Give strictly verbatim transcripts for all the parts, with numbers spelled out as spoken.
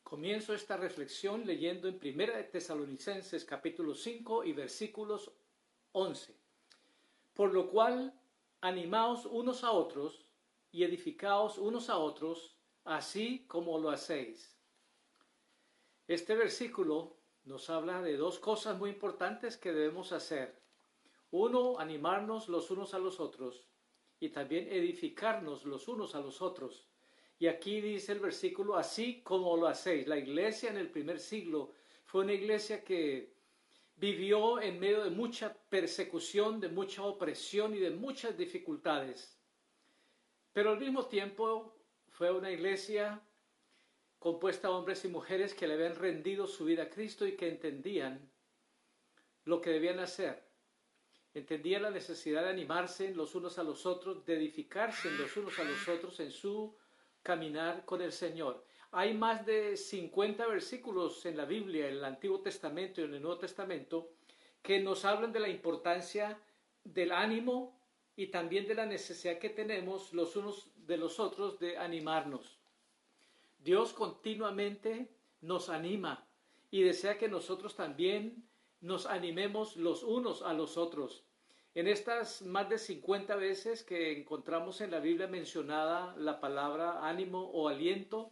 Comienzo esta reflexión leyendo en Primera de Tesalonicenses capítulo cinco y versículos once. Por lo cual, animaos unos a otros y edificaos unos a otros, así como lo hacéis. Este versículo nos habla de dos cosas muy importantes que debemos hacer. Uno, animarnos los unos a los otros y también edificarnos los unos a los otros. Y aquí dice el versículo, así como lo hacéis. La iglesia en el primer siglo fue una iglesia que vivió en medio de mucha persecución, de mucha opresión y de muchas dificultades. Pero al mismo tiempo fue una iglesia compuesta de hombres y mujeres que le habían rendido su vida a Cristo y que entendían lo que debían hacer. Entendían la necesidad de animarse los unos a los otros, de edificarse los unos a los otros en su caminar con el Señor. Hay más de cincuenta versículos en la Biblia, en el Antiguo Testamento y en el Nuevo Testamento, que nos hablan de la importancia del ánimo y también de la necesidad que tenemos los unos de los otros de animarnos. Dios continuamente nos anima y desea que nosotros también nos animemos los unos a los otros. En estas más de cincuenta veces que encontramos en la Biblia mencionada la palabra ánimo o aliento,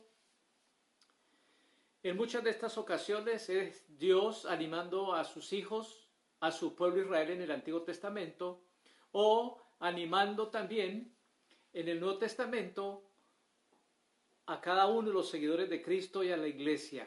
en muchas de estas ocasiones es Dios animando a sus hijos, a su pueblo Israel en el Antiguo Testamento, o animando también en el Nuevo Testamento a cada uno de los seguidores de Cristo y a la iglesia.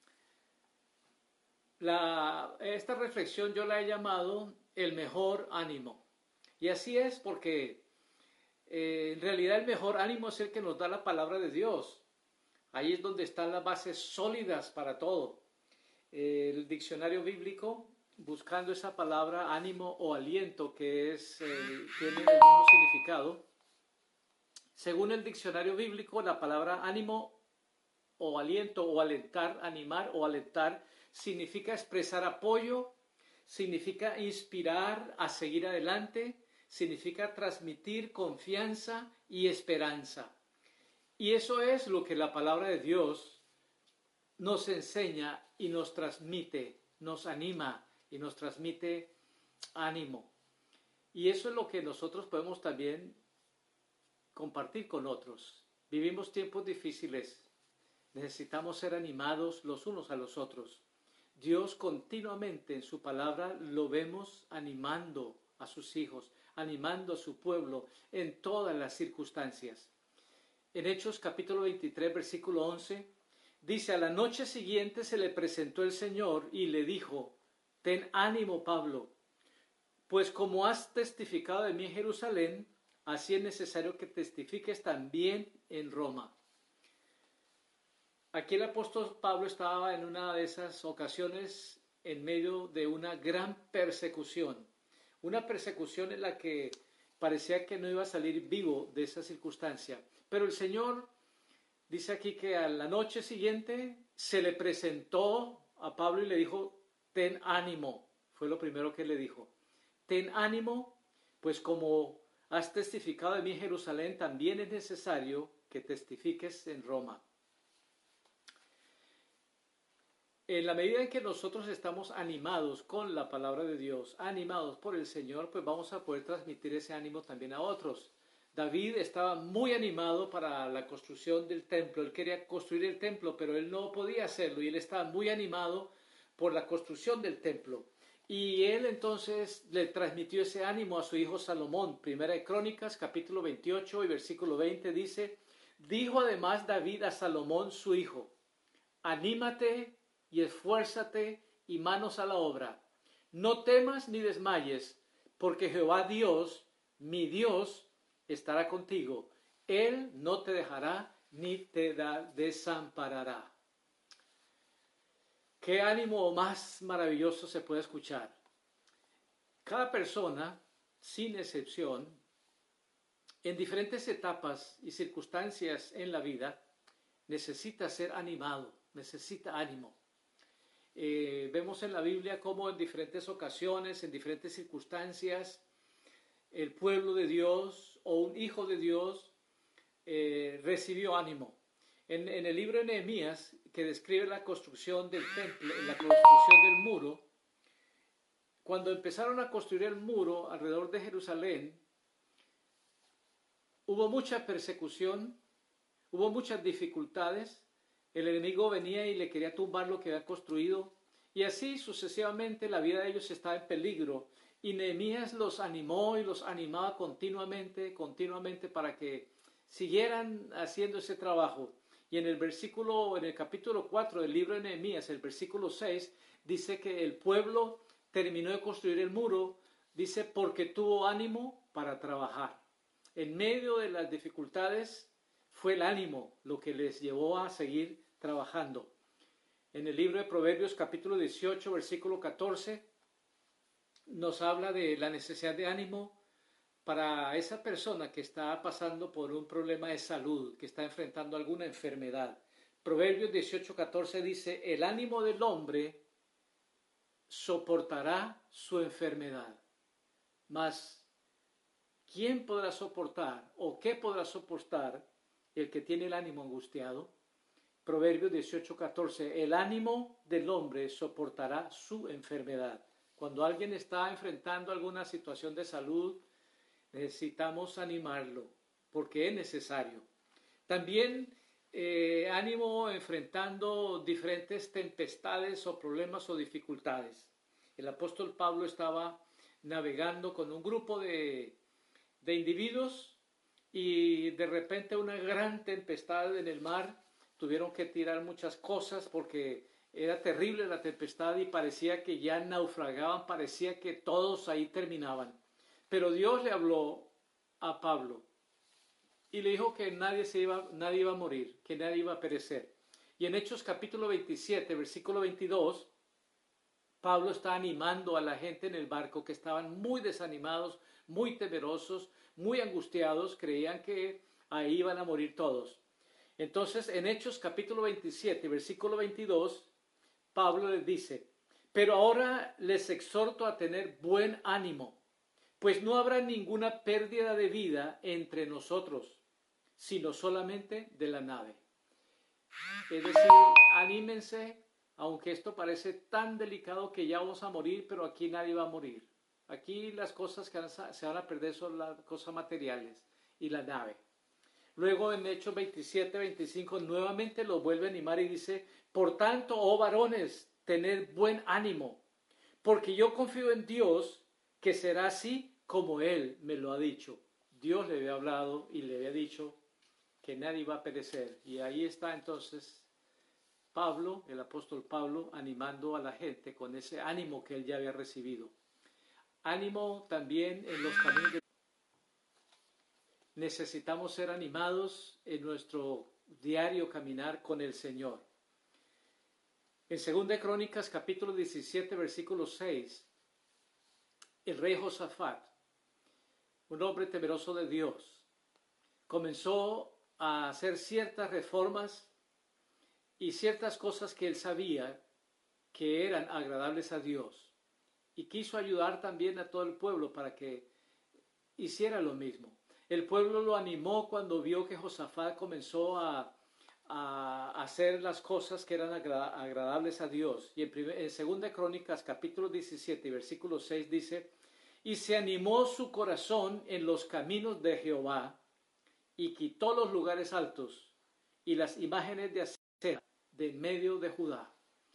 La, esta reflexión yo la he llamado el mejor ánimo. Y así es porque eh, en realidad el mejor ánimo es el que nos da la palabra de Dios. Ahí es donde están las bases sólidas para todo. Eh, el diccionario bíblico, buscando esa palabra ánimo o aliento, que es, eh, tiene el mismo significado. Según el diccionario bíblico, la palabra ánimo o aliento o alentar, animar o alentar, significa expresar apoyo, significa inspirar a seguir adelante, significa transmitir confianza y esperanza. Y eso es lo que la palabra de Dios nos enseña y nos transmite, nos anima y nos transmite ánimo. Y eso es lo que nosotros podemos también compartir con otros. Vivimos tiempos difíciles, necesitamos ser animados los unos a los otros. Dios continuamente en su palabra lo vemos animando a sus hijos, animando a su pueblo en todas las circunstancias. En Hechos capítulo veintitrés, versículo once, dice, a la noche siguiente se le presentó el Señor y le dijo, ten ánimo, Pablo, pues como has testificado de mí en Jerusalén, así es necesario que testifiques también en Roma. Aquí el apóstol Pablo estaba en una de esas ocasiones en medio de una gran persecución, una persecución en la que parecía que no iba a salir vivo de esa circunstancia. Pero el Señor dice aquí que a la noche siguiente se le presentó a Pablo y le dijo, ten ánimo, fue lo primero que le dijo, ten ánimo, pues como has testificado de mí en Jerusalén, también es necesario que testifiques en Roma. En la medida en que nosotros estamos animados con la palabra de Dios, animados por el Señor, pues vamos a poder transmitir ese ánimo también a otros. David estaba muy animado para la construcción del templo. Él quería construir el templo, pero él no podía hacerlo y él estaba muy animado por la construcción del templo. Y él entonces le transmitió ese ánimo a su hijo Salomón. Primera de Crónicas, capítulo veintiocho y versículo veinte dice, dijo además David a Salomón su hijo, anímate y esfuérzate y manos a la obra. No temas ni desmayes, porque Jehová Dios, mi Dios, estará contigo. Él no te dejará ni te desamparará. ¿Qué ánimo más maravilloso se puede escuchar? Cada persona, sin excepción, en diferentes etapas y circunstancias en la vida, necesita ser animado, necesita ánimo. Eh, vemos en la Biblia cómo en diferentes ocasiones, en diferentes circunstancias, el pueblo de Dios o un hijo de Dios eh, recibió ánimo. En, en el libro de Nehemías, que describe la construcción del templo, la construcción del muro, cuando empezaron a construir el muro alrededor de Jerusalén, hubo mucha persecución, hubo muchas dificultades, el enemigo venía y le quería tumbar lo que había construido, y así sucesivamente la vida de ellos estaba en peligro, y Nehemías los animó y los animaba continuamente, continuamente para que siguieran haciendo ese trabajo. Y en el versículo, en el capítulo cuatro del libro de Nehemías, el versículo seis, dice que el pueblo terminó de construir el muro, dice, porque tuvo ánimo para trabajar. En medio de las dificultades fue el ánimo lo que les llevó a seguir trabajando. En el libro de Proverbios capítulo dieciocho, versículo catorce, nos habla de la necesidad de ánimo para esa persona que está pasando por un problema de salud, que está enfrentando alguna enfermedad. Proverbios dieciocho, catorce dice, el ánimo del hombre soportará su enfermedad, mas ¿quién podrá soportar o qué podrá soportar el que tiene el ánimo angustiado? Proverbios dieciocho, catorce, el ánimo del hombre soportará su enfermedad. Cuando alguien está enfrentando alguna situación de salud, necesitamos animarlo, porque es necesario. También eh, ánimo enfrentando diferentes tempestades o problemas o dificultades. El apóstol Pablo estaba navegando con un grupo de, de individuos y de repente una gran tempestad en el mar. Tuvieron que tirar muchas cosas porque era terrible la tempestad y parecía que ya naufragaban, parecía que todos ahí terminaban. Pero Dios le habló a Pablo y le dijo que nadie, se iba, nadie iba a morir, que nadie iba a perecer. Y en Hechos capítulo veintisiete, versículo veintidós, Pablo está animando a la gente en el barco que estaban muy desanimados, muy temerosos, muy angustiados, creían que ahí iban a morir todos. Entonces, en Hechos capítulo veintisiete, versículo veintidós, Pablo les dice, pero ahora les exhorto a tener buen ánimo, pues no habrá ninguna pérdida de vida entre nosotros, sino solamente de la nave. Es decir, anímense, aunque esto parece tan delicado que ya vamos a morir, pero aquí nadie va a morir. Aquí las cosas que se van a perder son las cosas materiales y la nave. Luego en Hechos veintisiete, veinticinco nuevamente los vuelve a animar y dice, por tanto, oh varones, tened buen ánimo, porque yo confío en Dios que será así como Él me lo ha dicho. Dios le había hablado y le había dicho que nadie va a perecer. Y ahí está entonces Pablo, el apóstol Pablo, animando a la gente con ese ánimo que él ya había recibido. Ánimo también en los caminos de... Necesitamos ser animados en nuestro diario caminar con el Señor. En segunda de Crónicas, capítulo diecisiete, versículo seis, el rey Josafat, un hombre temeroso de Dios, comenzó a hacer ciertas reformas y ciertas cosas que él sabía que eran agradables a Dios, y quiso ayudar también a todo el pueblo para que hiciera lo mismo. El pueblo lo animó cuando vio que Josafat comenzó a, a hacer las cosas que eran agra agradables a Dios. Y en, primer, en segunda Crónicas, capítulo diecisiete, versículo seis dice, y se animó su corazón en los caminos de Jehová, y quitó los lugares altos y las imágenes de acera de en medio de Judá.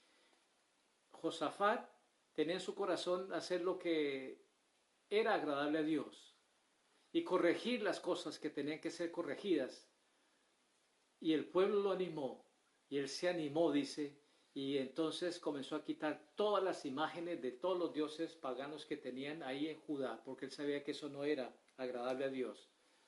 Josafat tenía en su corazón hacer lo que era agradable a Dios y corregir las cosas que tenían que ser corregidas. Y el pueblo lo animó, y él se animó, dice, y entonces comenzó a quitar todas las imágenes de todos los dioses paganos que tenían ahí en Judá, porque él sabía que eso no era agradable a Dios.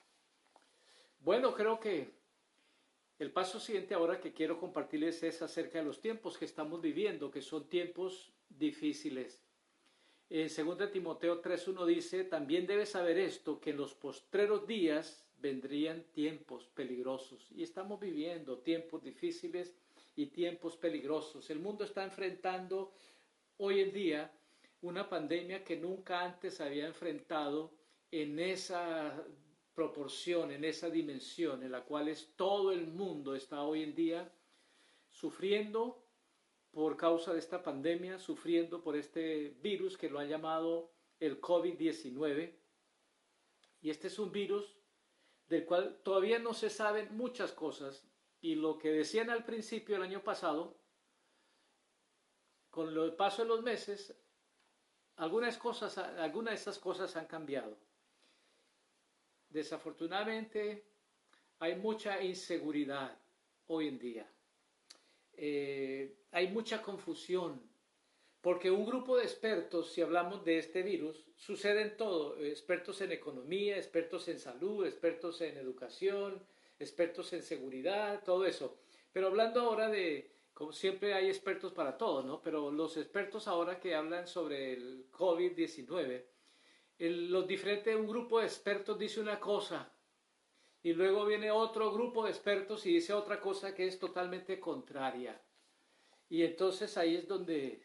Bueno, creo que el paso siguiente ahora que quiero compartirles es acerca de los tiempos que estamos viviendo, que son tiempos difíciles. En segunda Timoteo tres uno dice, también debes saber esto, que en los postreros días vendrían tiempos peligrosos. Y estamos viviendo tiempos difíciles y tiempos peligrosos. El mundo está enfrentando hoy en día una pandemia que nunca antes había enfrentado en esa proporción, en esa dimensión en la cual es todo el mundo está hoy en día sufriendo por causa de esta pandemia, sufriendo por este virus que lo han llamado el COVID diecinueve. Y este es un virus del cual todavía no se saben muchas cosas, y lo que decían al principio el año pasado, con el paso de los meses, algunas cosas, algunas de esas cosas han cambiado. Desafortunadamente hay mucha inseguridad hoy en día. Eh, hay mucha confusión, porque un grupo de expertos, si hablamos de este virus, sucede en todo: expertos en economía, expertos en salud, expertos en educación, expertos en seguridad, todo eso. Pero hablando ahora de, como siempre hay expertos para todo, ¿no? Pero los expertos ahora que hablan sobre el COVID diecinueve, el, los diferentes, un grupo de expertos dice una cosa, y luego viene otro grupo de expertos y dice otra cosa que es totalmente contraria. Y entonces ahí es donde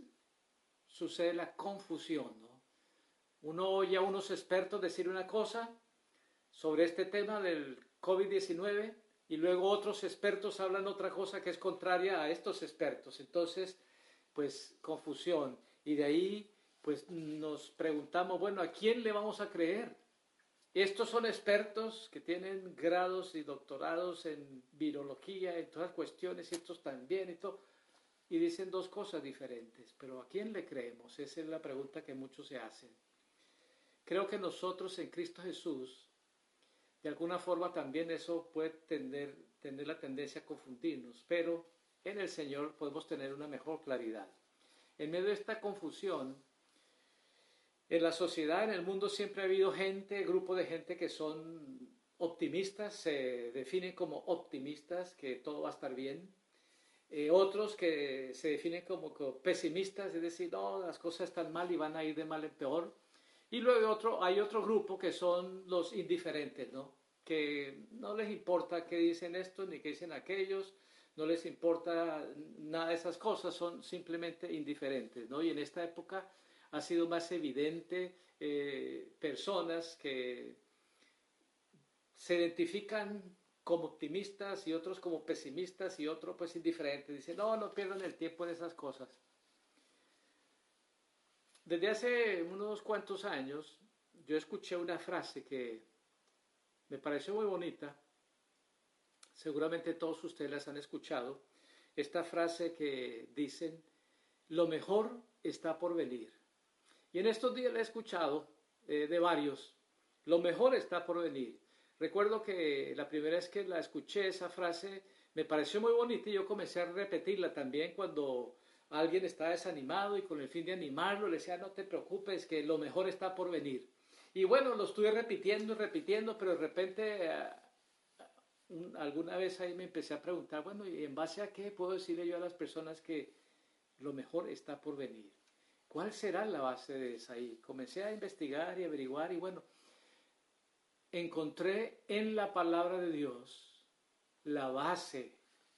sucede la confusión, ¿no? Uno oye a unos expertos decir una cosa sobre este tema del COVID diecinueve y luego otros expertos hablan otra cosa que es contraria a estos expertos. Entonces, pues confusión. Y de ahí, pues nos preguntamos, bueno, ¿a quién le vamos a creer? Estos son expertos que tienen grados y doctorados en virología, en todas las cuestiones, y estos también, y todo, y dicen dos cosas diferentes. Pero ¿a quién le creemos? Esa es la pregunta que muchos se hacen. Creo que nosotros en Cristo Jesús, de alguna forma también eso puede tener, tener la tendencia a confundirnos, pero en el Señor podemos tener una mejor claridad. En medio de esta confusión, en la sociedad, en el mundo, siempre ha habido gente, grupo de gente que son optimistas, se definen como optimistas, que todo va a estar bien. Eh, otros que se definen como, como pesimistas, es decir, no, las cosas están mal y van a ir de mal en peor. Y luego otro, hay otro grupo que son los indiferentes, ¿no? Que no les importa qué dicen estos ni qué dicen aquellos, no les importa nada de esas cosas, son simplemente indiferentes, ¿no? Y en esta época ha sido más evidente eh, personas que se identifican como optimistas y otros como pesimistas y otros pues indiferentes. Dicen, no, no pierdan el tiempo en esas cosas. Desde hace unos cuantos años yo escuché una frase que me pareció muy bonita. Seguramente todos ustedes las han escuchado. Esta frase que dicen, lo mejor está por venir. Y en estos días la he escuchado eh, de varios. Lo mejor está por venir. Recuerdo que la primera vez que la escuché, esa frase, me pareció muy bonita y yo comencé a repetirla también cuando alguien estaba desanimado y con el fin de animarlo le decía, no te preocupes, que lo mejor está por venir. Y bueno, lo estuve repitiendo y repitiendo, pero de repente uh, un, alguna vez ahí me empecé a preguntar, bueno, ¿y en base a qué puedo decirle yo a las personas que lo mejor está por venir? ¿Cuál será la base de esa? Y comencé a investigar y averiguar y bueno, encontré en la palabra de Dios la base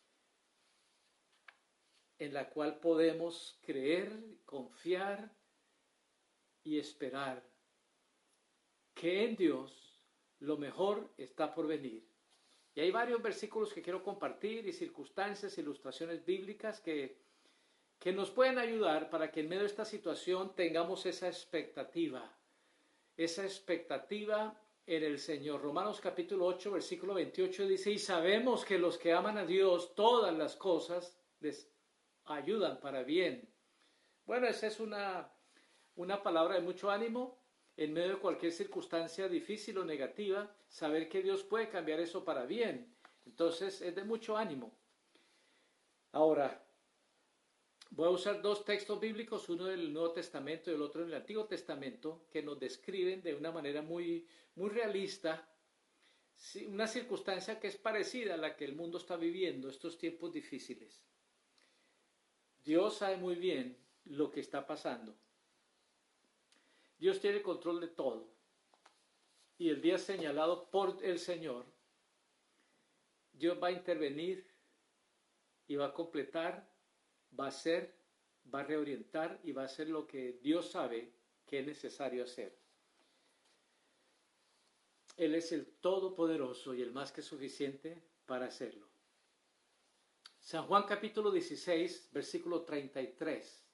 en la cual podemos creer, confiar y esperar que en Dios lo mejor está por venir. Y hay varios versículos que quiero compartir y circunstancias, ilustraciones bíblicas que, que nos pueden ayudar para que en medio de esta situación tengamos esa expectativa, esa expectativa en el Señor. Romanos capítulo ocho, versículo veintiocho dice, y sabemos que los que aman a Dios, todas las cosas les ayudan para bien. Bueno, esa es una, una palabra de mucho ánimo en medio de cualquier circunstancia difícil o negativa, saber que Dios puede cambiar eso para bien. Entonces es de mucho ánimo. Ahora, voy a usar dos textos bíblicos, uno del Nuevo Testamento y el otro del Antiguo Testamento, que nos describen de una manera muy, muy realista una circunstancia que es parecida a la que el mundo está viviendo, estos tiempos difíciles. Dios sabe muy bien lo que está pasando. Dios tiene el control de todo. Y el día señalado por el Señor, Dios va a intervenir y va a completar, va a hacer, va a reorientar y va a hacer lo que Dios sabe que es necesario hacer. Él es el Todopoderoso y el más que suficiente para hacerlo. San Juan capítulo dieciséis, versículo treinta y tres.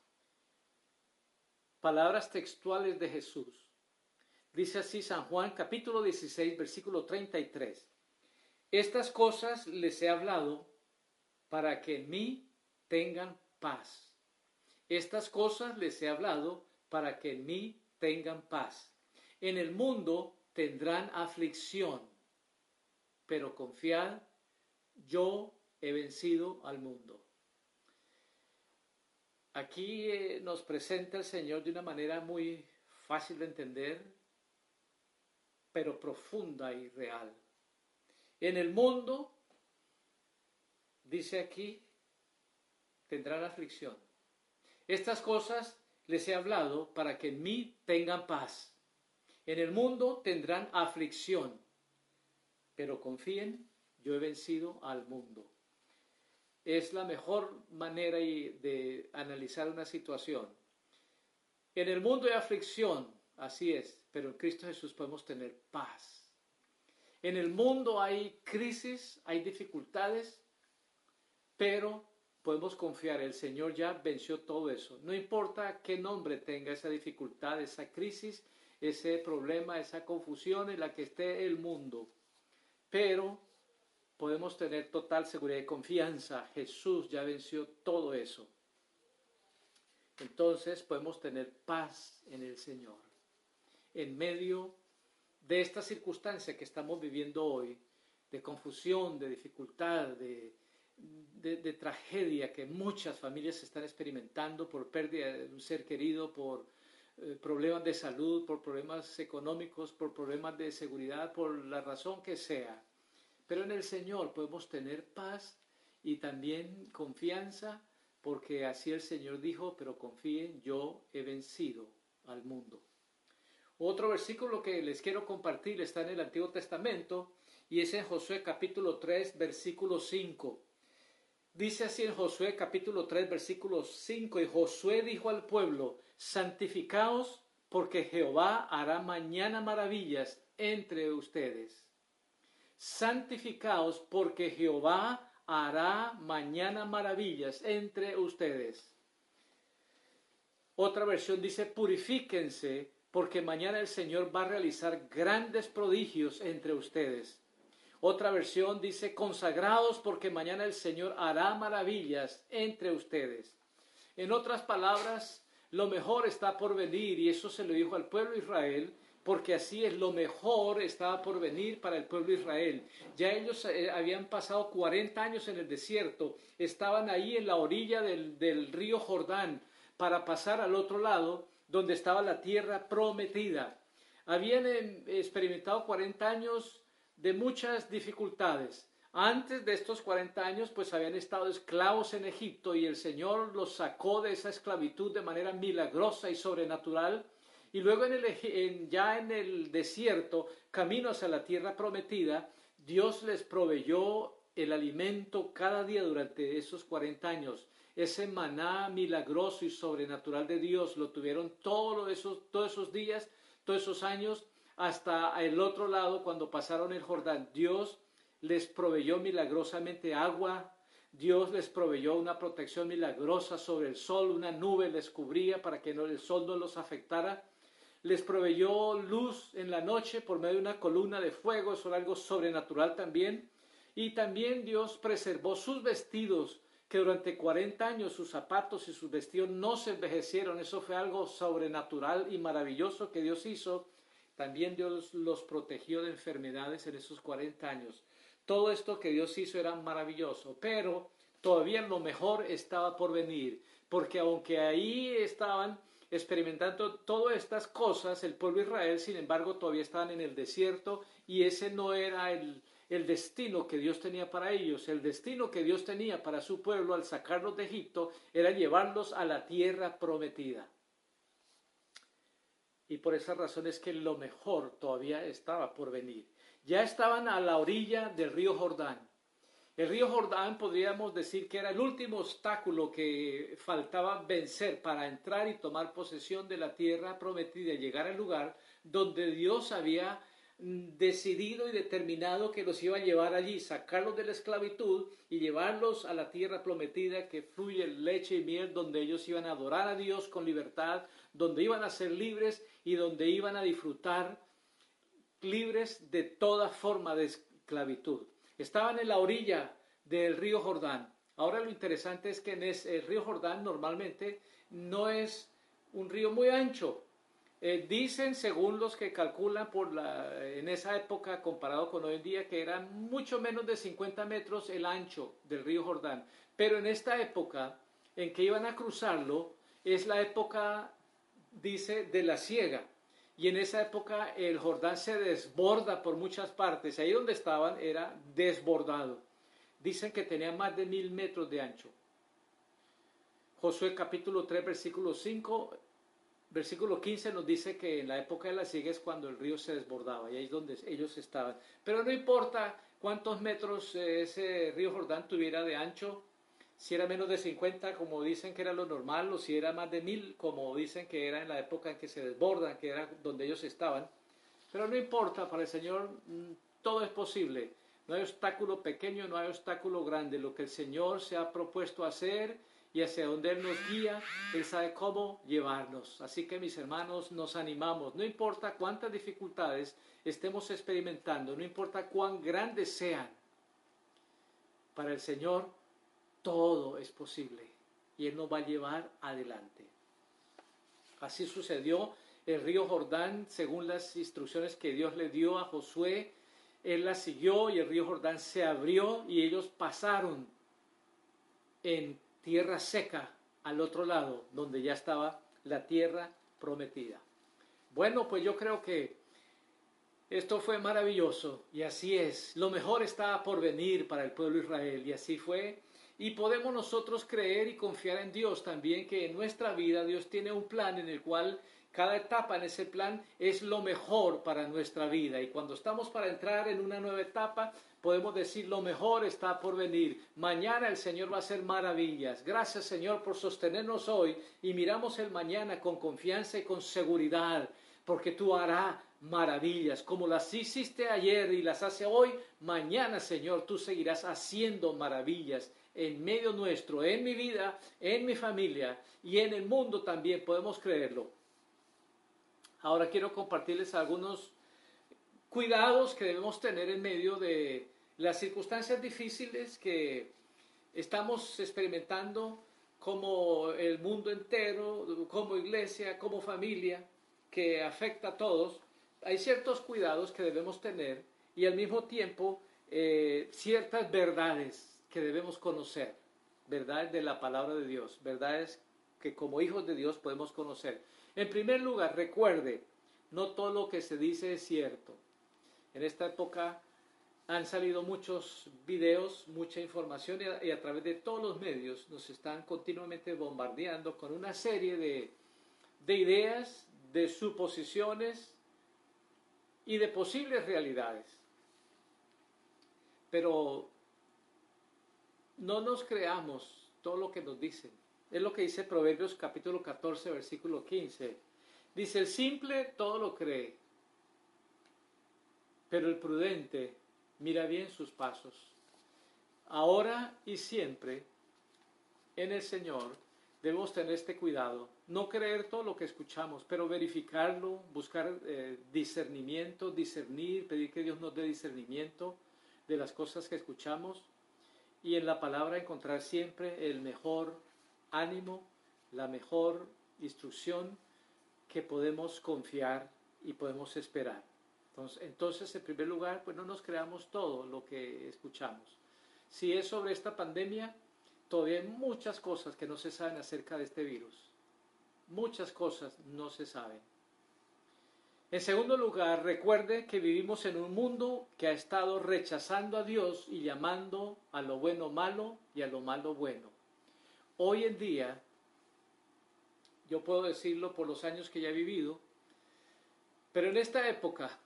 Palabras textuales de Jesús. Dice así San Juan capítulo dieciséis, versículo treinta y tres. Estas cosas les he hablado para que en mí tengan paz. Estas cosas les he hablado para que en mí tengan paz. En el mundo tendrán aflicción, pero confiad, yo he vencido al mundo. Aquí eh, nos presenta el Señor de una manera muy fácil de entender, pero profunda y real. En el mundo, dice aquí, tendrán aflicción. Estas cosas les he hablado para que en mí tengan paz. En el mundo tendrán aflicción, pero confíen, yo he vencido al mundo. Es la mejor manera de analizar una situación. En el mundo hay aflicción, así es, pero en Cristo Jesús podemos tener paz. En el mundo hay crisis, hay dificultades, pero podemos confiar, el Señor ya venció todo eso. No importa qué nombre tenga esa dificultad, esa crisis, ese problema, esa confusión en la que esté el mundo, pero podemos tener total seguridad y confianza. Jesús ya venció todo eso. Entonces podemos tener paz en el Señor. En medio de esta circunstancia que estamos viviendo hoy, de confusión, de dificultad, de, de, de tragedia que muchas familias están experimentando por pérdida de un ser querido, por eh, problemas de salud, por problemas económicos, por problemas de seguridad, por la razón que sea. Pero en el Señor podemos tener paz y también confianza, porque así el Señor dijo, pero confíen, yo he vencido al mundo. Otro versículo que les quiero compartir está en el Antiguo Testamento y es en Josué capítulo tres, versículo cinco. Dice así en Josué capítulo tres, versículo cinco, y Josué dijo al pueblo, santificaos porque Jehová hará mañana maravillas entre ustedes. Santificaos porque Jehová hará mañana maravillas entre ustedes. Otra versión dice, purifíquense porque mañana el Señor va a realizar grandes prodigios entre ustedes. Otra versión dice, consagraos porque mañana el Señor hará maravillas entre ustedes. En otras palabras, lo mejor está por venir, y eso se lo dijo al pueblo de Israel, porque así es, lo mejor estaba por venir para el pueblo de Israel. Ya ellos eh, habían pasado cuarenta años en el desierto, estaban ahí en la orilla del, del río Jordán para pasar al otro lado, donde estaba la tierra prometida. Habían eh, experimentado cuarenta años de muchas dificultades. Antes de estos cuarenta años, pues habían estado esclavos en Egipto y el Señor los sacó de esa esclavitud de manera milagrosa y sobrenatural. Y luego en el, en, ya en el desierto, camino hacia la tierra prometida, Dios les proveyó el alimento cada día durante esos cuarenta años. Ese maná milagroso y sobrenatural de Dios lo tuvieron todos esos, todos esos días, todos esos años, hasta el otro lado cuando pasaron el Jordán. Dios les proveyó milagrosamente agua. Dios les proveyó una protección milagrosa sobre el sol, una nube les cubría para que no, el sol no los afectara. Les proveyó luz en la noche por medio de una columna de fuego, eso era algo sobrenatural también. Y también Dios preservó sus vestidos, que durante cuarenta años sus zapatos y sus vestidos no se envejecieron. Eso fue algo sobrenatural y maravilloso que Dios hizo. También Dios los protegió de enfermedades en esos cuarenta años. Todo esto que Dios hizo era maravilloso, pero todavía lo mejor estaba por venir, porque aunque ahí estaban experimentando todas estas cosas, el pueblo de Israel, sin embargo, todavía estaban en el desierto y ese no era el, el destino que Dios tenía para ellos. El destino que Dios tenía para su pueblo al sacarlos de Egipto era llevarlos a la tierra prometida. Y por esa razón es que lo mejor todavía estaba por venir. Ya estaban a la orilla del río Jordán. El río Jordán podríamos decir que era el último obstáculo que faltaba vencer para entrar y tomar posesión de la tierra prometida y llegar al lugar donde Dios había decidido y determinado que los iba a llevar allí, sacarlos de la esclavitud y llevarlos a la tierra prometida que fluye leche y miel, donde ellos iban a adorar a Dios con libertad, donde iban a ser libres y donde iban a disfrutar libres de toda forma de esclavitud. Estaban en la orilla del río Jordán. Ahora lo interesante es que en el río Jordán normalmente no es un río muy ancho. Eh, dicen, según los que calculan por la, en esa época comparado con hoy en día, que eran mucho menos de cincuenta metros el ancho del río Jordán. Pero en esta época en que iban a cruzarlo, es la época, dice, de la siega. Y en esa época el Jordán se desborda por muchas partes. Ahí donde estaban era desbordado. Dicen que tenía más de mil metros de ancho. Josué capítulo tres, versículo cinco, versículo quince nos dice que en la época de la siega es cuando el río se desbordaba. Y ahí es donde ellos estaban. Pero no importa cuántos metros ese río Jordán tuviera de ancho, si era menos de cincuenta, como dicen que era lo normal, o si era más de mil, como dicen que era en la época en que se desbordan, que era donde ellos estaban. Pero no importa, para el Señor todo es posible. No hay obstáculo pequeño, no hay obstáculo grande. Lo que el Señor se ha propuesto hacer y hacia donde Él nos guía, Él sabe cómo llevarnos. Así que, mis hermanos, nos animamos. No importa cuántas dificultades estemos experimentando, no importa cuán grandes sean, para el Señor todo es posible y Él nos va a llevar adelante. Así sucedió. El río Jordán, según las instrucciones que Dios le dio a Josué, Él la siguió y el río Jordán se abrió y ellos pasaron en tierra seca al otro lado, donde ya estaba la tierra prometida. Bueno, pues yo creo que esto fue maravilloso y así es. Lo mejor estaba por venir para el pueblo de Israel y así fue. Y podemos nosotros creer y confiar en Dios también, que en nuestra vida Dios tiene un plan en el cual cada etapa en ese plan es lo mejor para nuestra vida. Y cuando estamos para entrar en una nueva etapa, podemos decir lo mejor está por venir. Mañana el Señor va a hacer maravillas. Gracias, Señor, por sostenernos hoy y miramos el mañana con confianza y con seguridad, porque tú harás maravillas. Como las hiciste ayer y las hace hoy, mañana, Señor, tú seguirás haciendo maravillas en medio nuestro, en mi vida, en mi familia y en el mundo también, podemos creerlo. Ahora quiero compartirles algunos cuidados que debemos tener en medio de las circunstancias difíciles que estamos experimentando como el mundo entero, como iglesia, como familia, que afecta a todos. Hay ciertos cuidados que debemos tener y al mismo tiempo eh, ciertas verdades que debemos conocer, verdades de la palabra de Dios, verdades que como hijos de Dios podemos conocer. En primer lugar, recuerde, no todo lo que se dice es cierto. En esta época han salido muchos videos, mucha información y a, y a través de todos los medios nos están continuamente bombardeando con una serie de, de ideas, de suposiciones y de posibles realidades. Pero no nos creamos todo lo que nos dicen. Es lo que dice Proverbios capítulo catorce, versículo quince. Dice, el simple todo lo cree, pero el prudente mira bien sus pasos. Ahora y siempre en el Señor debemos tener este cuidado. No creer todo lo que escuchamos, pero verificarlo, buscar eh, discernimiento, discernir, pedir que Dios nos dé discernimiento de las cosas que escuchamos. Y en la palabra encontrar siempre el mejor ánimo, la mejor instrucción que podemos confiar y podemos esperar. Entonces, entonces, en primer lugar, pues no nos creamos todo lo que escuchamos. Si es sobre esta pandemia, todavía hay muchas cosas que no se saben acerca de este virus. Muchas cosas no se saben. En segundo lugar, recuerde que vivimos en un mundo que ha estado rechazando a Dios y llamando a lo bueno malo y a lo malo bueno. Hoy en día, yo puedo decirlo por los años que ya he vivido, pero en esta época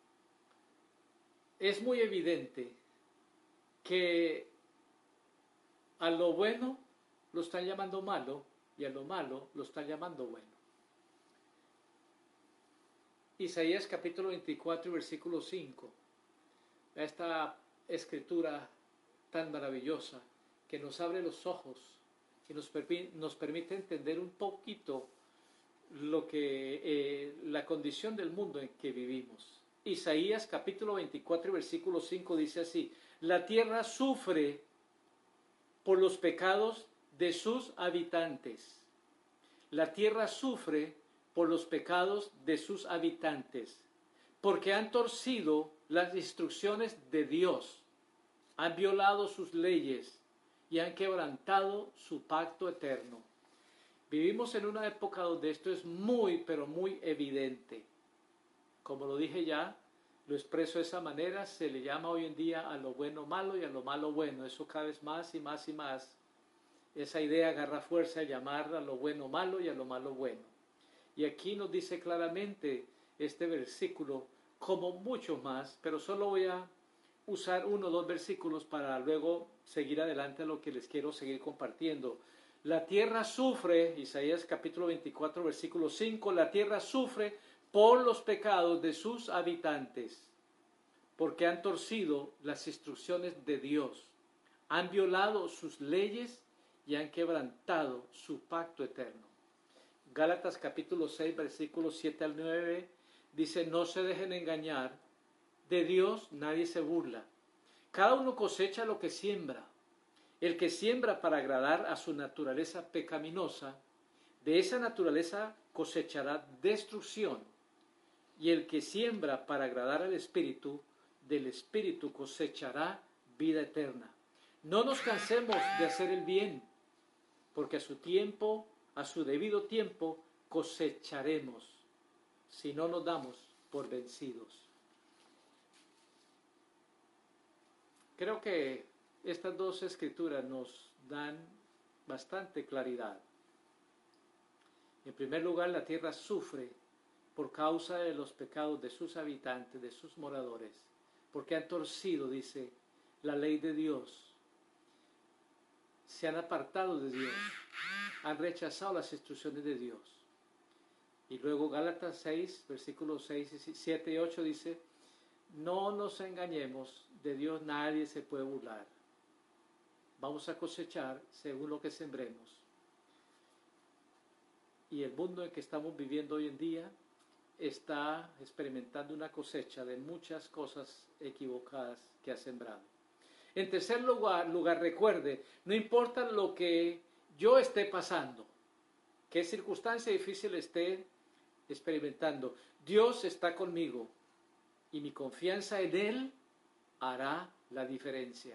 es muy evidente que a lo bueno lo están llamando malo y a lo malo lo están llamando bueno. Isaías capítulo veinticuatro y versículo cinco. Esta escritura tan maravillosa que nos abre los ojos y nos, permi nos permite entender un poquito lo que eh, la condición del mundo en que vivimos. Isaías capítulo veinticuatro y versículo cinco dice así: la tierra sufre por los pecados de sus habitantes. La tierra sufre por los pecados de sus habitantes, porque han torcido las instrucciones de Dios, han violado sus leyes y han quebrantado su pacto eterno. Vivimos en una época donde esto es muy, pero muy evidente. Como lo dije ya, lo expreso de esa manera, se le llama hoy en día a lo bueno malo y a lo malo bueno. Eso cada vez más y más y más. Esa idea agarra fuerza de llamar a lo bueno malo y a lo malo bueno. Y aquí nos dice claramente este versículo, como muchos más, pero solo voy a usar uno o dos versículos para luego seguir adelante a lo que les quiero seguir compartiendo. La tierra sufre, Isaías capítulo veinticuatro, versículo cinco, la tierra sufre por los pecados de sus habitantes, porque han torcido las instrucciones de Dios, han violado sus leyes y han quebrantado su pacto eterno. Gálatas capítulo seis, versículos siete al nueve, dice: no se dejen engañar, de Dios nadie se burla. Cada uno cosecha lo que siembra. El que siembra para agradar a su naturaleza pecaminosa, de esa naturaleza cosechará destrucción. Y el que siembra para agradar al Espíritu, del Espíritu cosechará vida eterna. No nos cansemos de hacer el bien, porque a su tiempo, a su debido tiempo, cosecharemos, si no nos damos por vencidos. Creo que estas dos escrituras nos dan bastante claridad. En primer lugar, la tierra sufre por causa de los pecados de sus habitantes, de sus moradores, porque han torcido, dice, la ley de Dios. Se han apartado de Dios, han rechazado las instrucciones de Dios. Y luego Gálatas seis, versículos seis, siete y ocho dice: no nos engañemos, de Dios nadie se puede burlar. Vamos a cosechar según lo que sembremos. Y el mundo en que estamos viviendo hoy en día está experimentando una cosecha de muchas cosas equivocadas que ha sembrado. En tercer lugar, lugar, recuerde, no importa lo que yo esté pasando, qué circunstancia difícil esté experimentando, Dios está conmigo y mi confianza en Él hará la diferencia.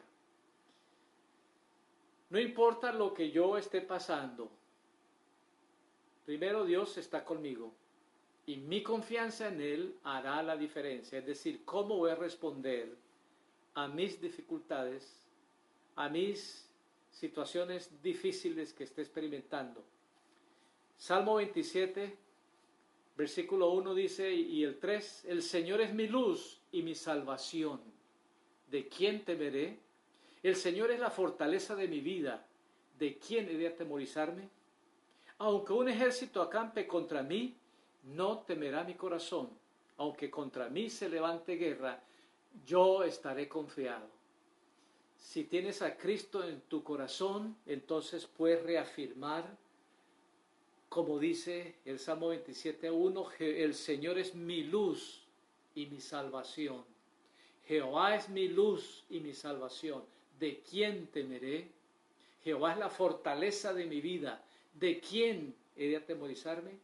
No importa lo que yo esté pasando, primero Dios está conmigo y mi confianza en Él hará la diferencia. Es decir, cómo voy a responder a mis dificultades, a mis situaciones difíciles que esté experimentando. Salmo veintisiete, versículo uno dice, y el tres: el Señor es mi luz y mi salvación. ¿De quién temeré? El Señor es la fortaleza de mi vida. ¿De quién he de atemorizarme? Aunque un ejército acampe contra mí, no temerá mi corazón. Aunque contra mí se levante guerra, yo estaré confiado. Si tienes a Cristo en tu corazón, entonces puedes reafirmar, como dice el Salmo veintisiete uno, el Señor es mi luz y mi salvación. Jehová es mi luz y mi salvación. ¿De quién temeré? Jehová es la fortaleza de mi vida. ¿De quién he de atemorizarme?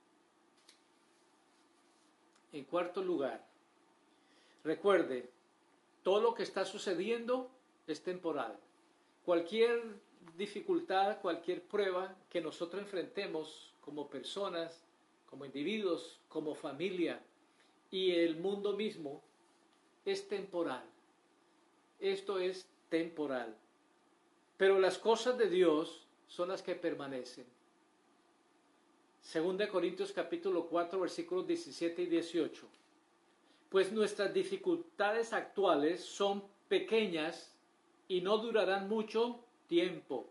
En cuarto lugar, recuerde, todo lo que está sucediendo es temporal. Cualquier dificultad, cualquier prueba que nosotros enfrentemos como personas, como individuos, como familia y el mundo mismo, es temporal. Esto es temporal. Pero las cosas de Dios son las que permanecen. Segunda de Corintios capítulo cuatro, versículos diecisiete y dieciocho. Pues nuestras dificultades actuales son pequeñas y no durarán mucho tiempo.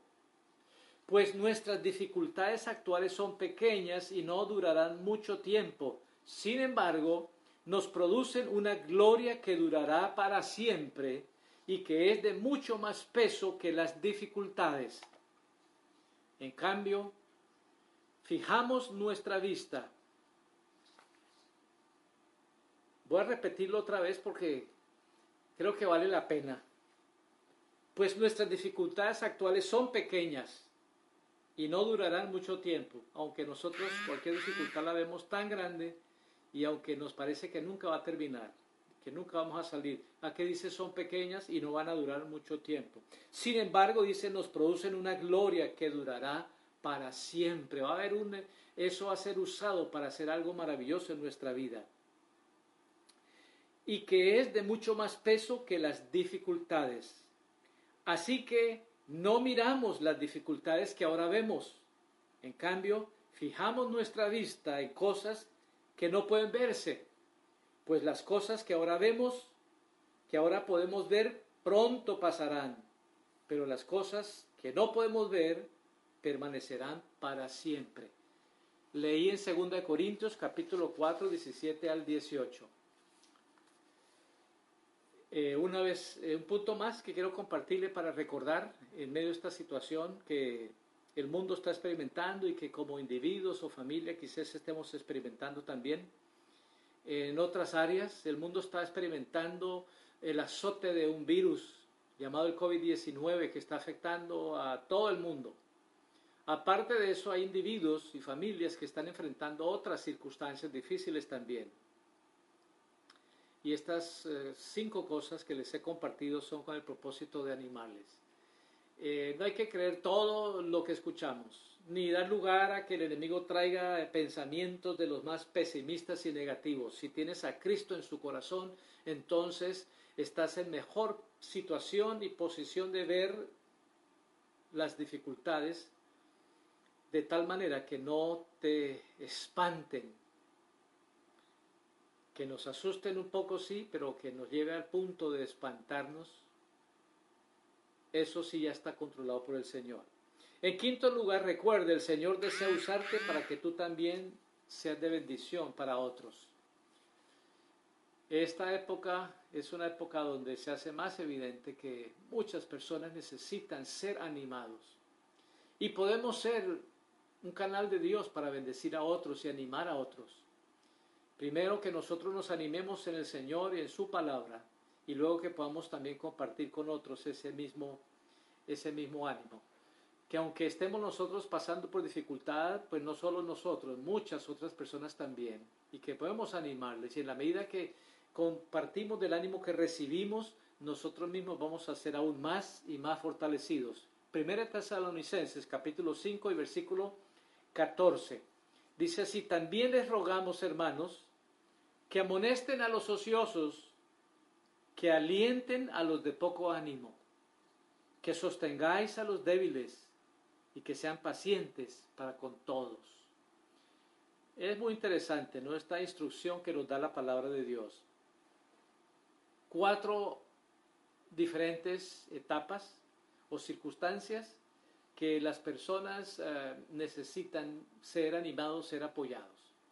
Pues nuestras dificultades actuales son pequeñas y no durarán mucho tiempo. Sin embargo, nos producen una gloria que durará para siempre y que es de mucho más peso que las dificultades. En cambio, fijamos nuestra vista. Voy a repetirlo otra vez porque creo que vale la pena. Pues nuestras dificultades actuales son pequeñas y no durarán mucho tiempo, aunque nosotros cualquier dificultad la vemos tan grande y aunque nos parece que nunca va a terminar, que nunca vamos a salir. Aquí dice son pequeñas y no van a durar mucho tiempo. Sin embargo, dice, nos producen una gloria que durará para siempre. Va a haber un, eso va a ser usado para hacer algo maravilloso en nuestra vida. Y que es de mucho más peso que las dificultades. Así que no miramos las dificultades que ahora vemos. En cambio, fijamos nuestra vista en cosas que no pueden verse. Pues las cosas que ahora vemos, que ahora podemos ver, pronto pasarán. Pero las cosas que no podemos ver, permanecerán para siempre. Leí en segunda de Corintios, capítulo cuatro, diecisiete al dieciocho. Eh, una vez, eh, un punto más que quiero compartirle para recordar en medio de esta situación que el mundo está experimentando y que como individuos o familia quizás estemos experimentando también. En otras áreas, el mundo está experimentando el azote de un virus llamado el COVID diecinueve que está afectando a todo el mundo. Aparte de eso, hay individuos y familias que están enfrentando otras circunstancias difíciles también. Y estas eh, cinco cosas que les he compartido son con el propósito de animarles. Eh, no hay que creer todo lo que escuchamos, ni dar lugar a que el enemigo traiga pensamientos de los más pesimistas y negativos. Si tienes a Cristo en su corazón, entonces estás en mejor situación y posición de ver las dificultades de tal manera que no te espanten, que nos asusten un poco, sí, pero que nos lleve al punto de espantarnos. Eso sí ya está controlado por el Señor. En quinto lugar, recuerde, el Señor desea usarte para que tú también seas de bendición para otros. Esta época es una época donde se hace más evidente que muchas personas necesitan ser animados. Y podemos ser un canal de Dios para bendecir a otros y animar a otros. Primero que nosotros nos animemos en el Señor y en su palabra, y luego que podamos también compartir con otros ese mismo, ese mismo ánimo. Que aunque estemos nosotros pasando por dificultad, pues no solo nosotros, muchas otras personas también, y que podemos animarles, y en la medida que compartimos del ánimo que recibimos, nosotros mismos vamos a ser aún más y más fortalecidos. Primera Tesalonicenses, capítulo cinco y versículo catorce. Dice así: también les rogamos, hermanos, que amonesten a los ociosos, que alienten a los de poco ánimo, que sostengáis a los débiles y que sean pacientes para con todos. Es muy interesante, ¿no?, esta instrucción que nos da la palabra de Dios. Cuatro diferentes etapas o circunstancias que las personas eh, necesitan ser animados, ser apoyados.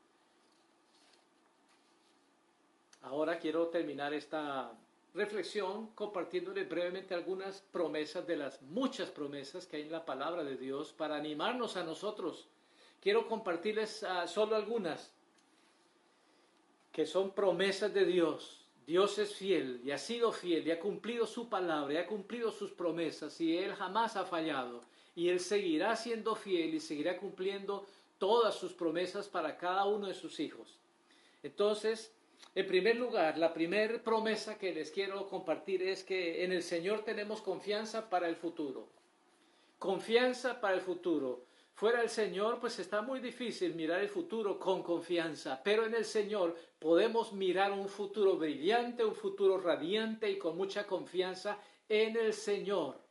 Ahora quiero terminar esta reflexión compartiéndoles brevemente algunas promesas de las muchas promesas que hay en la palabra de Dios para animarnos a nosotros. Quiero compartirles uh, solo algunas que son promesas de Dios. Dios es fiel y ha sido fiel y ha cumplido su palabra y ha cumplido sus promesas y Él jamás ha fallado. Y Él seguirá siendo fiel y seguirá cumpliendo todas sus promesas para cada uno de sus hijos. Entonces, en primer lugar, la primera promesa que les quiero compartir es que en el Señor tenemos confianza para el futuro. Confianza para el futuro. Fuera del Señor, pues está muy difícil mirar el futuro con confianza, pero en el Señor podemos mirar un futuro brillante, un futuro radiante y con mucha confianza en el Señor.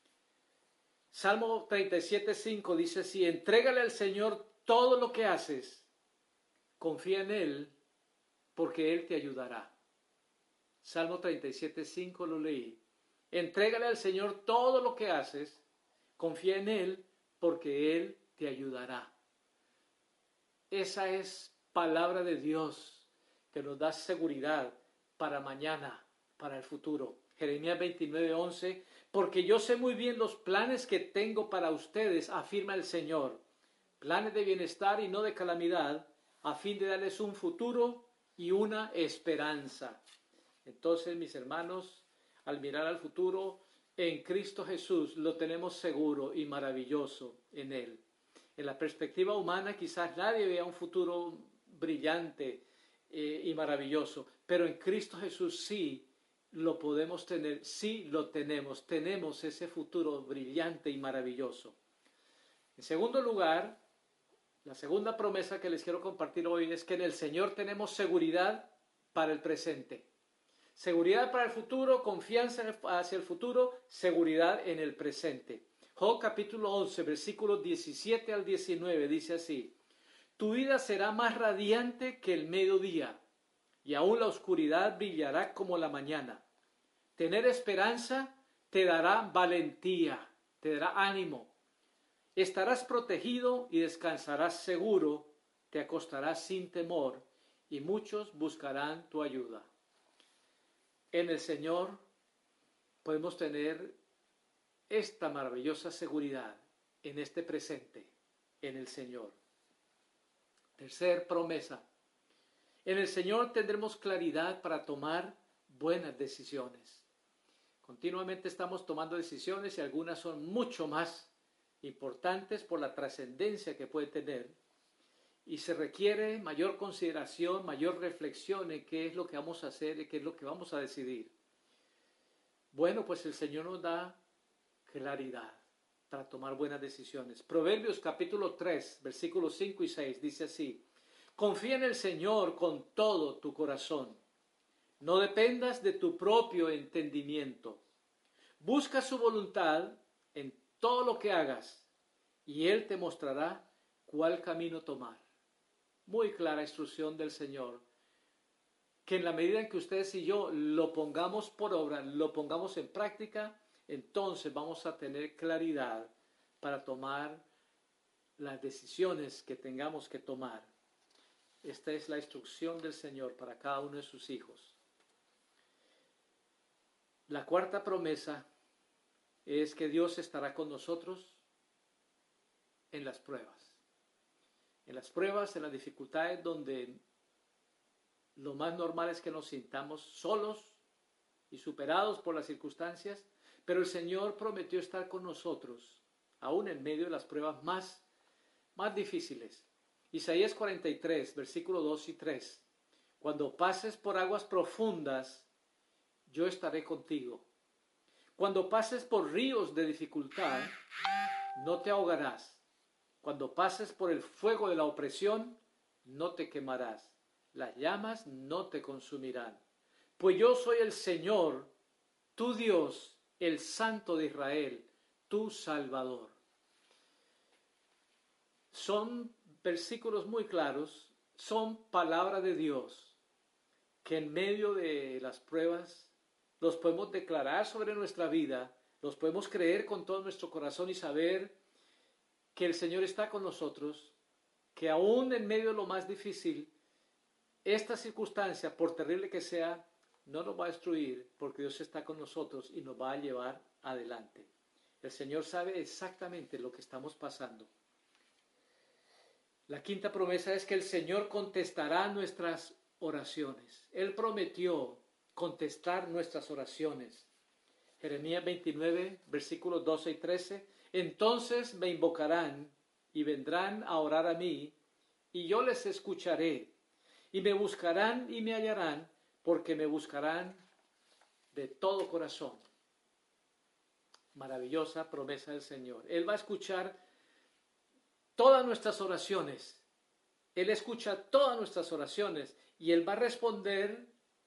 Salmo treinta y siete, cinco dice así: entrégale al Señor todo lo que haces, confía en Él, porque Él te ayudará. Salmo treinta y siete, cinco lo leí. Entrégale al Señor todo lo que haces, confía en Él, porque Él te ayudará. Esa es palabra de Dios que nos da seguridad para mañana, para el futuro. Jeremías veintinueve, once, porque yo sé muy bien los planes que tengo para ustedes, afirma el Señor, planes de bienestar y no de calamidad, a fin de darles un futuro y una esperanza. Entonces, mis hermanos, al mirar al futuro, en Cristo Jesús lo tenemos seguro y maravilloso en Él. En la perspectiva humana quizás nadie vea un futuro brillante eh, y maravilloso, pero en Cristo Jesús sí lo podemos tener, sí lo tenemos, tenemos ese futuro brillante y maravilloso. En segundo lugar, la segunda promesa que les quiero compartir hoy es que en el Señor tenemos seguridad para el presente. Seguridad para el futuro, confianza hacia el futuro, seguridad en el presente. Job capítulo once, versículos diecisiete al diecinueve, dice así: tu vida será más radiante que el mediodía, y aún la oscuridad brillará como la mañana. Tener esperanza te dará valentía, te dará ánimo. Estarás protegido y descansarás seguro, te acostarás sin temor, y muchos buscarán tu ayuda. En el Señor podemos tener esta maravillosa seguridad en este presente, en el Señor. Tercer promesa. En el Señor tendremos claridad para tomar buenas decisiones. Continuamente estamos tomando decisiones y algunas son mucho más importantes por la trascendencia que puede tener. Y se requiere mayor consideración, mayor reflexión en qué es lo que vamos a hacer y qué es lo que vamos a decidir. Bueno, pues el Señor nos da claridad para tomar buenas decisiones. Proverbios capítulo tres, versículos cinco y seis dice así: confía en el Señor con todo tu corazón. No dependas de tu propio entendimiento. Busca su voluntad en todo lo que hagas y Él te mostrará cuál camino tomar. Muy clara instrucción del Señor, que en la medida en que ustedes y yo lo pongamos por obra, lo pongamos en práctica, entonces vamos a tener claridad para tomar las decisiones que tengamos que tomar. Esta es la instrucción del Señor para cada uno de sus hijos. La cuarta promesa es que Dios estará con nosotros en las pruebas. En las pruebas, en las dificultades donde lo más normal es que nos sintamos solos y superados por las circunstancias, pero el Señor prometió estar con nosotros, aún en medio de las pruebas más, más difíciles. Isaías cuarenta y tres, versículos dos y tres. Cuando pases por aguas profundas, yo estaré contigo. Cuando pases por ríos de dificultad, no te ahogarás. Cuando pases por el fuego de la opresión, no te quemarás. Las llamas no te consumirán. Pues yo soy el Señor, tu Dios, el Santo de Israel, tu Salvador. Son versículos muy claros, son palabra de Dios, que en medio de las pruebas los podemos declarar sobre nuestra vida, los podemos creer con todo nuestro corazón y saber que el Señor está con nosotros, que aún en medio de lo más difícil, esta circunstancia, por terrible que sea, no nos va a destruir, porque Dios está con nosotros y nos va a llevar adelante. El Señor sabe exactamente lo que estamos pasando. La quinta promesa es que el Señor contestará nuestras oraciones. Él prometió contestar nuestras oraciones. Jeremías veintinueve, versículos doce y trece. Entonces me invocarán y vendrán a orar a mí, y yo les escucharé, y me buscarán y me hallarán, porque me buscarán de todo corazón. Maravillosa promesa del Señor. Él va a escuchar todas nuestras oraciones. Él escucha todas nuestras oraciones y Él va a responder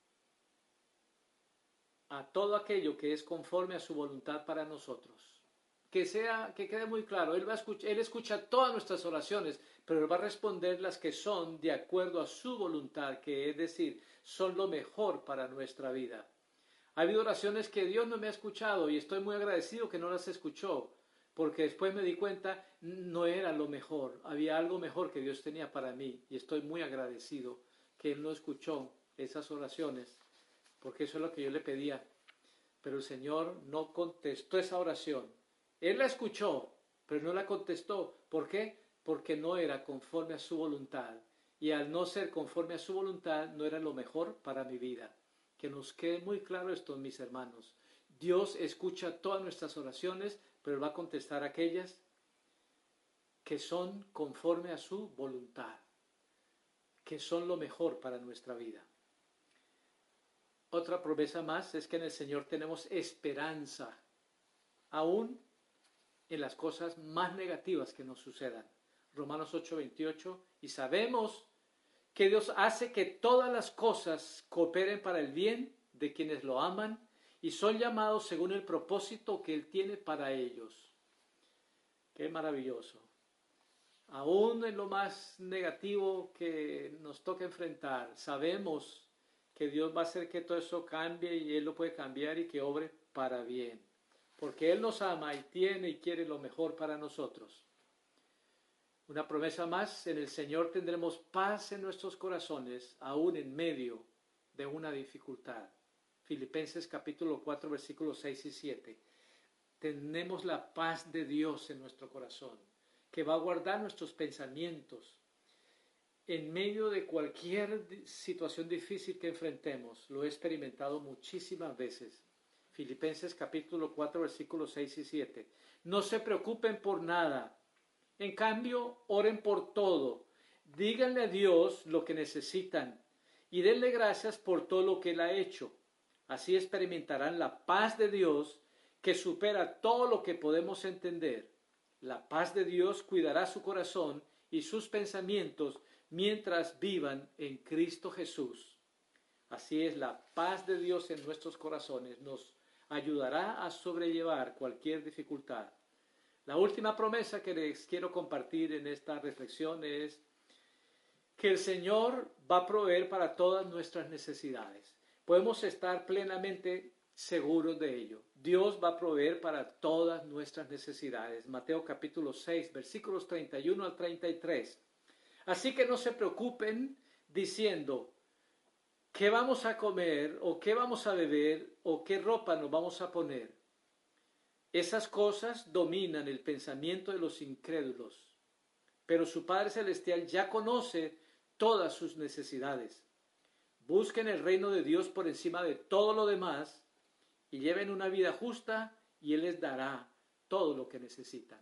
a todo aquello que es conforme a su voluntad para nosotros. Que sea, que quede muy claro, Él va a escuchar, Él escucha todas nuestras oraciones, pero Él va a responder las que son de acuerdo a su voluntad, que es decir, son lo mejor para nuestra vida. Ha habido oraciones que Dios no me ha escuchado y estoy muy agradecido que no las escuchó, porque después me di cuenta, no era lo mejor, había algo mejor que Dios tenía para mí, y estoy muy agradecido que Él no escuchó esas oraciones, porque eso es lo que yo le pedía, pero el Señor no contestó esa oración. Él la escuchó, pero no la contestó. ¿Por qué? Porque no era conforme a su voluntad, y al no ser conforme a su voluntad, no era lo mejor para mi vida. Que nos quede muy claro esto, mis hermanos. Dios escucha todas nuestras oraciones, pero va a contestar aquellas que son conforme a su voluntad, que son lo mejor para nuestra vida. Otra promesa más es que en el Señor tenemos esperanza, aún en las cosas más negativas que nos sucedan. Romanos ocho veintiocho, y sabemos que Dios hace que todas las cosas cooperen para el bien de quienes lo aman y son llamados según el propósito que Él tiene para ellos. Qué maravilloso. Aún en lo más negativo que nos toca enfrentar, sabemos que Dios va a hacer que todo eso cambie y Él lo puede cambiar y que obre para bien. Porque Él nos ama y tiene y quiere lo mejor para nosotros. Una promesa más, en el Señor tendremos paz en nuestros corazones, aún en medio de una dificultad. Filipenses capítulo cuatro, versículos seis y siete. Tenemos la paz de Dios en nuestro corazón, que va a guardar nuestros pensamientos en medio de cualquier situación difícil que enfrentemos. Lo he experimentado muchísimas veces. Filipenses capítulo cuatro, versículos seis y siete. No se preocupen por nada. En cambio, oren por todo. Díganle a Dios lo que necesitan y denle gracias por todo lo que Él ha hecho. Así experimentarán la paz de Dios que supera todo lo que podemos entender. La paz de Dios cuidará su corazón y sus pensamientos mientras vivan en Cristo Jesús. Así es, la paz de Dios en nuestros corazones nos ayudará a sobrellevar cualquier dificultad. La última promesa que les quiero compartir en esta reflexión es que el Señor va a proveer para todas nuestras necesidades. Podemos estar plenamente seguros de ello. Dios va a proveer para todas nuestras necesidades. Mateo capítulo seis, versículos treinta y uno al treinta y tres. Así que no se preocupen diciendo, ¿qué vamos a comer? ¿O qué vamos a beber? ¿O qué ropa nos vamos a poner? Esas cosas dominan el pensamiento de los incrédulos, pero su Padre Celestial ya conoce todas sus necesidades. Busquen el reino de Dios por encima de todo lo demás y lleven una vida justa y Él les dará todo lo que necesitan.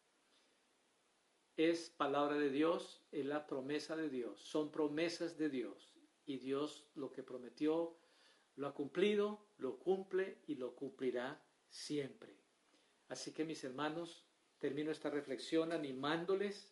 Es palabra de Dios, es la promesa de Dios, son promesas de Dios y Dios lo que prometió lo ha cumplido, lo cumple y lo cumplirá siempre. Así que mis hermanos, termino esta reflexión animándoles.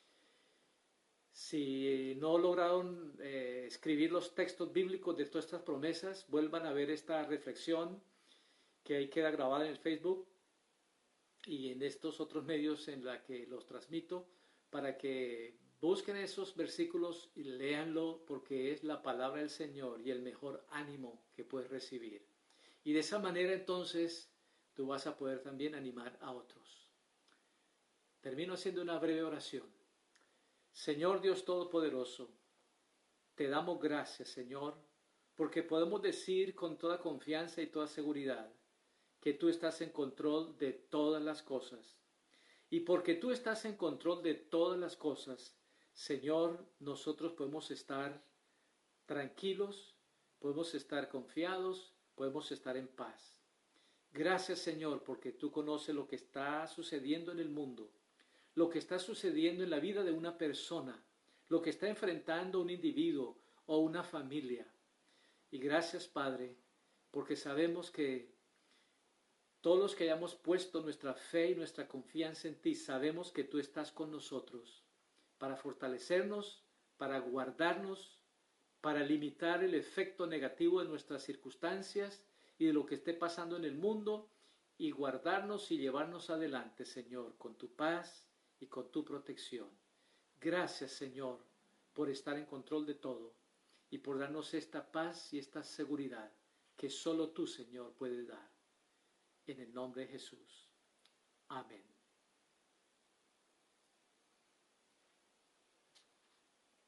Si no lograron eh, escribir los textos bíblicos de todas estas promesas, vuelvan a ver esta reflexión que ahí queda grabada en el Facebook y en estos otros medios en la que los transmito, para que busquen esos versículos y léanlo, porque es la palabra del Señor y el mejor ánimo que puedes recibir. Y de esa manera entonces tú vas a poder también animar a otros. Termino haciendo una breve oración. Señor Dios Todopoderoso, te damos gracias, Señor, porque podemos decir con toda confianza y toda seguridad que tú estás en control de todas las cosas. Y porque tú estás en control de todas las cosas, Señor, nosotros podemos estar tranquilos, podemos estar confiados, podemos estar en paz. Gracias, Señor, porque tú conoces lo que está sucediendo en el mundo, lo que está sucediendo en la vida de una persona, lo que está enfrentando un individuo o una familia. Y gracias, Padre, porque sabemos que todos los que hayamos puesto nuestra fe y nuestra confianza en ti, sabemos que tú estás con nosotros para fortalecernos, para guardarnos, para limitar el efecto negativo de nuestras circunstancias y de lo que esté pasando en el mundo, y guardarnos y llevarnos adelante, Señor, con tu paz y con tu protección. Gracias, Señor, por estar en control de todo y por darnos esta paz y esta seguridad que solo tú, Señor, puedes dar. En el nombre de Jesús. Amén.